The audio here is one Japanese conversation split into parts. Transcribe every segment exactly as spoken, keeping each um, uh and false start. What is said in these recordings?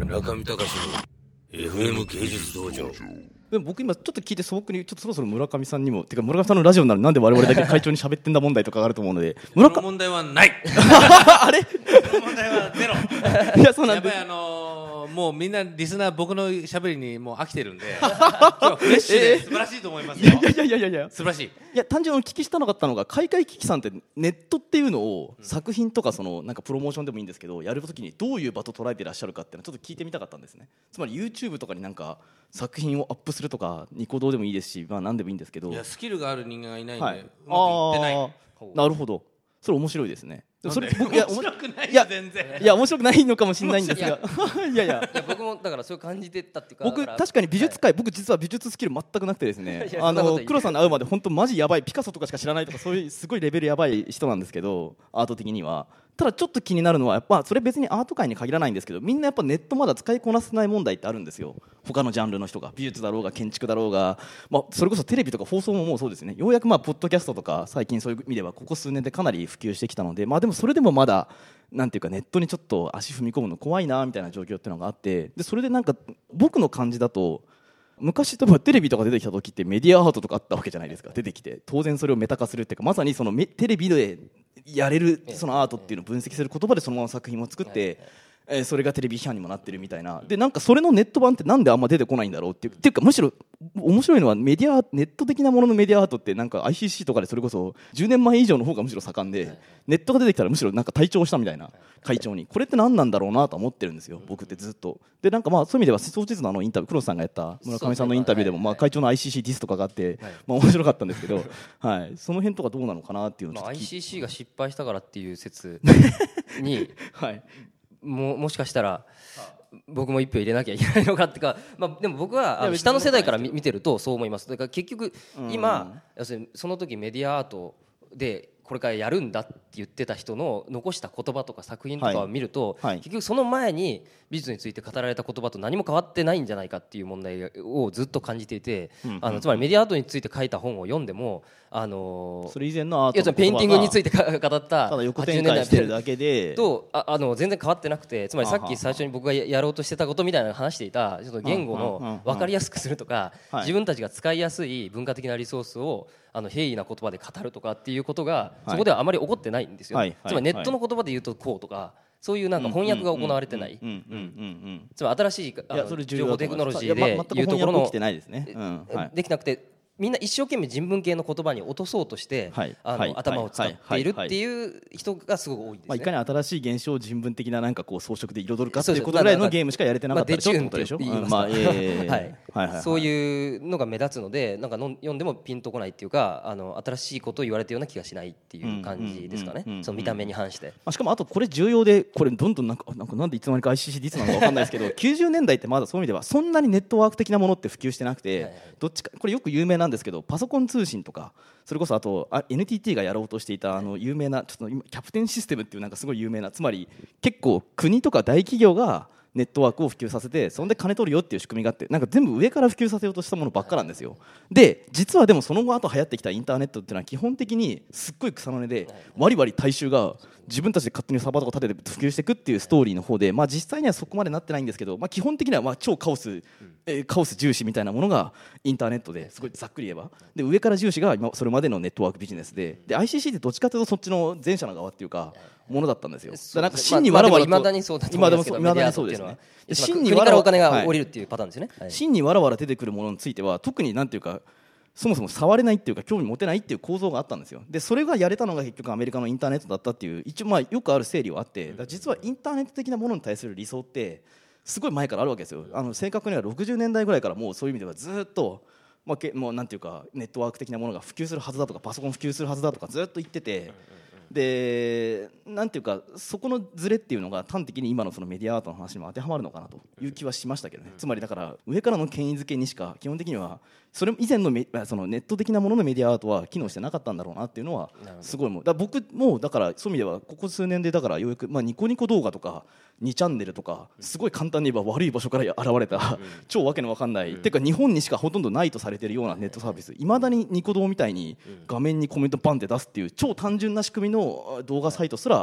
中見隆の エフエム 芸術道場。 でも僕今ちょっと聞いて素朴にちょっとそろそろ村上さんにもてか村上さんのラジオになるなんで我々だけ会長に喋ってんだ問題とかがあると思うので村上問題はないあれその問題はゼロいやそうなんですやっぱりあのー、もうみんなリスナー僕の喋りにもう飽きてるんで今日はフレッシュで素晴らしいと思いますよ。 いやいやいやいやいや素晴らしい。 いや単純にお聞きしたのかったのが開会危機さんってネットっていうのを作品とかそのなんかプロモーションでもいいんですけどやるときにどういう場と捉えていらっしゃるかっていうのをちょっと聞いてみたかったんですね。つまり YouTube とかになんか作品をアップするとかニコ動でもいいですし、まあ、何でもいいんですけどいやスキルがある人間がいないんで、 はい、 うまくいってない。 あなるほどそれ面白いですね。 それ僕いや面白くないいや全然いや面白くないのかもしれないんですがいやいやいや僕もだからそう感じてたっていうか僕確かに美術界、はい、僕実は美術スキル全くなくてですねあの黒さんに会うまで本当マジやばいピカソとかしか知らないとかそういうすごいレベルやばい人なんですけどアート的にはただちょっと気になるのはやっぱそれ別にアート界に限らないんですけどみんなやっぱネットまだ使いこなせない問題ってあるんですよ。他のジャンルの人が美術だろうが建築だろうが、まあ、それこそテレビとか放送ももうそうですね。ようやくまあポッドキャストとか最近そういう意味ではここ数年でかなり普及してきたので、まあ、でもそれでもまだなんていうかネットにちょっと足踏み込むの怖いなみたいな状況っていうのがあってでそれでなんか僕の感じだと昔例えばテレビとか出てきた時ってメディアアートとかあったわけじゃないですか。出てきて当然それをメタ化するっていうかまさにそのテレビでやれるそのアートっていうのを分析する言葉でそのまま作品を作ってえそれがテレビ批判にもなってるみたいなでなんかそれのネット版ってなんであんま出てこないんだろうっていうっていうかむしろ面白いのはメディアネット的なもののメディアアートってなんか アイシーシー とかでそれこそじゅうねんまえ以上の方がむしろ盛んでネットが出てきたらむしろなんか退庁したみたいな会長にこれって何なんだろうなと思ってるんですよ僕ってずっとでなんかまあそういう意味では思想地図のあのインタビュー黒田さんがやった村上さんのインタビューでもまあ会長の アイシーシー ディスとかがあってまあ面白かったんですけどはいその辺とかどうなのかなっていうのをまあ アイシーシー が失敗したからっていう説にはいも, もしかしたら僕も一票入れなきゃいけないのかってか、まあ、でも僕はあの下の世代から見てるとそう思います。だから結局今要するにその時メディアアートでこれからやるんだって言ってた人の残した言葉とか作品とかを見ると、はいはい、結局その前に美術について語られた言葉と何も変わってないんじゃないかっていう問題をずっと感じていて、うんうん、あのつまりメディアアートについて書いた本を読んでも、あのー、 それ以前のアートの言葉がペインティングについて語ったただ横展開してるだけでと あ, あの全然変わってなくてつまりさっき最初に僕がやろうとしてたことみたいな話していたちょっと言語の分かりやすくするとか自分たちが使いやすい文化的なリソースをあの平易な言葉で語るとかっていうことがそこではあまり起こってないんですよ。つまりネットの言葉で言うとこうとかそういうなんか翻訳が行われてないつまり新しいあの情報テクノロジーでいうところのできなくてみんな一生懸命人文系の言葉に落とそうとして、はい、あのはい、頭を使っているっていう人がすごく多いんですね。 まあ、いかに新しい現象を人文的ななんかこう装飾で彩るかっていうことぐらいのゲームしかやれてなかったでしょってことでしょ。 そういうのが目立つのでなんかの読んでもピンとこないっていうかあの新しいことを言われてるような気がしないっていう感じですかね。その見た目に反して、 まあ、しかもあとこれ重要でこれどんどんなんかなんかなんでいつの間にか アイシーシー ディスなのか分かんないですけどきゅうじゅうねんだいってまだそういう意味ではそんなにネットワーク的なものって普及してなくて、はいはい、どっちかこれよく有名なんですけどパソコン通信とかそれこそあと エヌティーティー がやろうとしていたあの有名なちょっと今キャプテンシステムっていうなんかすごい有名なつまり結構国とか大企業がネットワークを普及させてそんで金取るよっていう仕組みがあってなんか全部上から普及させようとしたものばっかなんですよ。で実はでもその後あと流行ってきたインターネットっていうのは基本的にすっごい草の根でワリワリ大衆が自分たちで勝手にサーバーとか立てて普及していくっていうストーリーの方で、まあ、実際にはそこまでなってないんですけど、まあ、基本的にはまあ超カオス、えー、カオス重視みたいなものがインターネットですごいざっくり言えばで上から重視が今それまでのネットワークビジネスで、で アイシーシー ってどっちかというとそっちの前者の側っていうかものだったんですよ。だなんか真にわらわらと、 まあ、まあ、未だにそうだと思いますけど未だにそうですね。 真にわらわら国からお金が降りるっていうパターンですね。 はい、真にわらわら出てくるものについては特になんていうかそもそも触れないっていうか興味持てないっていう構造があったんですよ。でそれがやれたのが結局アメリカのインターネットだったっていう一応まあよくある整理はあって、だ実はインターネット的なものに対する理想ってすごい前からあるわけですよ。あの正確にはろくじゅうねんだいぐらいからもうそういう意味ではずっと、まあ、けもうなんていうかネットワーク的なものが普及するはずだとかパソコン普及するはずだとかずっと言ってて、でなんていうかそこのズレっていうのが端的に今のそのメディアアートの話にも当てはまるのかなという気はしましたけどね。つまりだから上からの権威づけにしか基本的にはそれ以前のメそのネット的なもののメディアアートは機能してなかったんだろうなっていうのはすごい思う。だ僕もだからそういう意味ではここ数年でだからようやく、まあ、ニコニコ動画とかにチャンネルとかすごい簡単に言えば悪い場所から現れた超わけのわかんない、うん、てか日本にしかほとんどないとされているようなネットサービスいまだにニコ動みたいに画面にコメントバンって出すっていう超単純な仕組みの動画サイトすら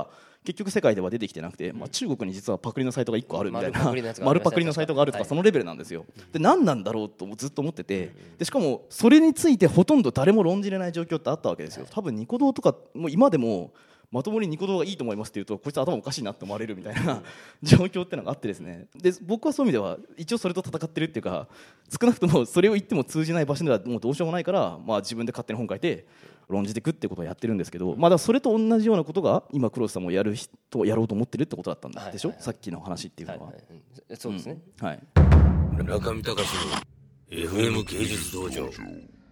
結局世界では出てきてなくて、まあ、中国に実はパクリのサイトがいっこあるみたいな丸パクリのやつが丸パクリのサイトがあるとか、 はいそのレベルなんですよ。で何なんだろうとずっと思ってて、でしかもそれについてほとんど誰も論じれない状況ってあったわけですよ。多分ニコ動とかもう今でもまともにニコ動がいいと思いますって言うとこいつ頭おかしいなって思われるみたいな状況ってのがあってですね、で僕はそういう意味では一応それと戦ってるっていうか、少なくともそれを言っても通じない場所ではもうどうしようもないから、まあ、自分で勝手に本書いて論じていくってことをやってるんですけど、まあ、だからそれと同じようなことが今黒瀬さんもやる人やろうと思ってるってことだったんでしょ、 はいはいはい、 さっきの話っていうのは、 はいはいうん、そうですね、 うん、はい、 中見隆の エフエム 芸術道場。